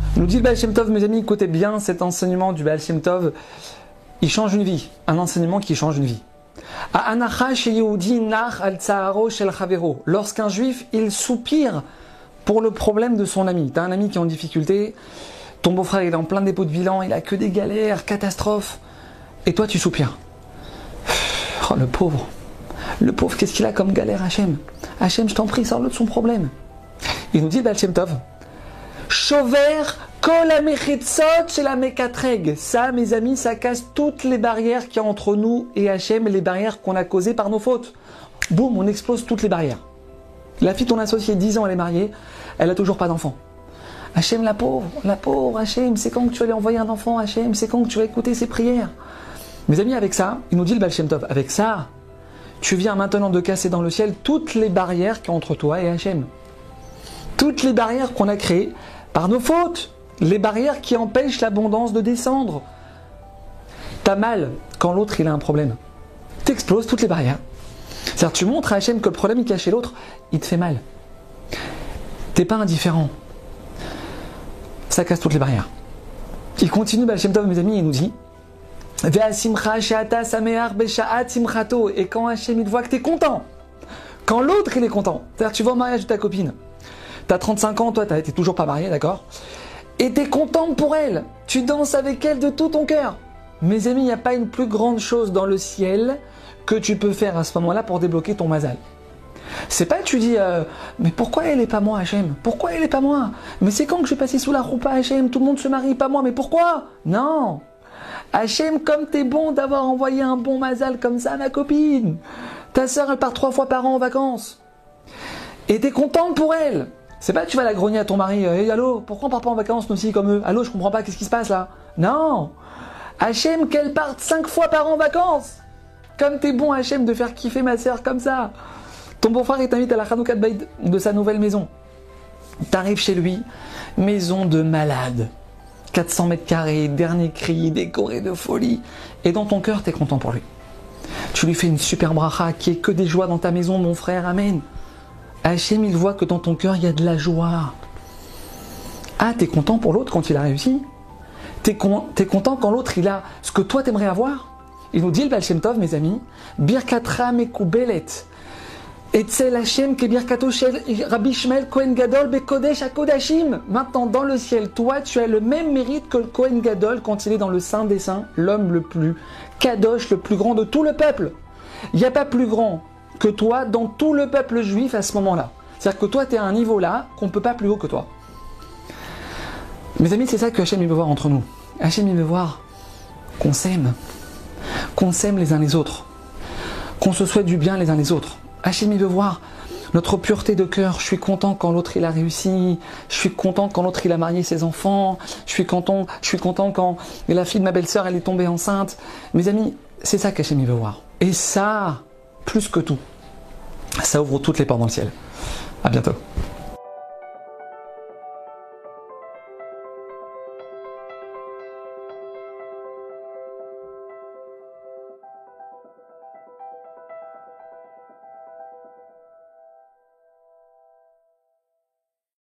Nous dit le Baal Shem Tov, mes amis, écoutez bien cet enseignement du Baal Shem Tov, il change une vie, un enseignement qui change une vie. Lorsqu'un juif, il soupire pour le problème de son ami. Tu as un ami qui est en difficulté, ton beau-frère il est en plein dépôt de bilan, il a que des galères, catastrophes, et toi tu soupires. Oh le pauvre, qu'est-ce qu'il a comme galère Hachem? Hachem, je t'en prie, sors-le de son problème. Il nous dit Baal Shem Tov, Shover kol hamechetzot shel hamekatreg. Ça, mes amis, ça casse toutes les barrières qu'il y a entre nous et Hachem, les barrières qu'on a causées par nos fautes. Boum, on explose toutes les barrières. La fille de ton associé, 10 ans, elle est mariée, elle a toujours pas d'enfant. Hachem, la pauvre, Hachem, c'est quand que tu vas lui envoyer un enfant, Hachem, c'est quand que tu vas écouter ses prières. Mes amis, avec ça, il nous dit le Baal Shem Tov, avec ça, tu viens maintenant de casser dans le ciel toutes les barrières qu'il y a entre toi et Hachem. Toutes les barrières qu'on a créées par nos fautes, les barrières qui empêchent l'abondance de descendre. T'as mal quand l'autre il a un problème. T'exploses toutes les barrières. C'est-à-dire tu montres à Hachem que le problème il cache chez l'autre, il te fait mal. T'es pas indifférent. Ça casse toutes les barrières. Il continue, Baal Shem Tov, mes amis, il nous dit et quand Hachem il te voit que t'es content, quand l'autre il est content, c'est-à-dire tu vas au mariage de ta copine, t'as 35 ans, toi t'es toujours pas marié, d'accord? Et t'es content pour elle, tu danses avec elle de tout ton cœur. Mes amis, il n'y a pas une plus grande chose dans le ciel que tu peux faire à ce moment-là pour débloquer ton mazal. C'est pas tu dis mais pourquoi elle est pas moi Hachem? Pourquoi elle est pas moi? Mais c'est quand que je vais passer sous la roupa Hachem? Tout le monde se marie, pas moi, mais pourquoi? Non, Hachem, comme t'es bon d'avoir envoyé un bon mazal comme ça à ma copine. Ta soeur elle part 3 fois par an en vacances. Et t'es contente pour elle. C'est pas que tu vas la grogner à ton mari, hey, allô, pourquoi on part pas en vacances nous aussi comme eux? Allô, je comprends pas, qu'est-ce qui se passe là? Non, Hachem, qu'elle parte 5 fois par an en vacances. Comme t'es bon Hachem de faire kiffer ma soeur comme ça. Ton beau-frère il t'invite à la Hanouka de sa nouvelle maison. T'arrives chez lui, maison de malade. 400 mètres carrés, dernier cri, décoré de folie. Et dans ton cœur, t'es content pour lui. Tu lui fais une super bracha qui est que des joies dans ta maison, mon frère, amen. Hachem, il voit que dans ton cœur, il y a de la joie. Ah, t'es content pour l'autre quand il a réussi? T'es content quand l'autre, il a ce que toi, t'aimerais avoir? Il nous dit, le Baal Shem Tov, mes amis, Birkatra mekubelet. Etzel Hachem kebirkato shel Rabbi Shmuel Kohen Gadol bekodesh hakodashim. Maintenant, dans le ciel, toi, tu as le même mérite que le Kohen Gadol quand il est dans le Saint des Saints, l'homme le plus kadosh, le plus grand de tout le peuple. Il n'y a pas plus grand que toi dans tout le peuple juif à ce moment-là. C'est-à-dire que toi, tu es à un niveau là qu'on ne peut pas plus haut que toi. Mes amis, c'est ça que Hachem il veut voir entre nous. Hachem il veut voir qu'on s'aime les uns les autres, qu'on se souhaite du bien les uns les autres. Hachem il veut voir notre pureté de cœur. Je suis content quand l'autre il a réussi. Je suis content quand l'autre il a marié ses enfants. Je suis content quand la fille de ma belle-sœur elle est tombée enceinte. Mes amis, c'est ça qu'Hachem il veut voir. Et ça, plus que tout, ça ouvre toutes les portes dans le ciel. À bientôt.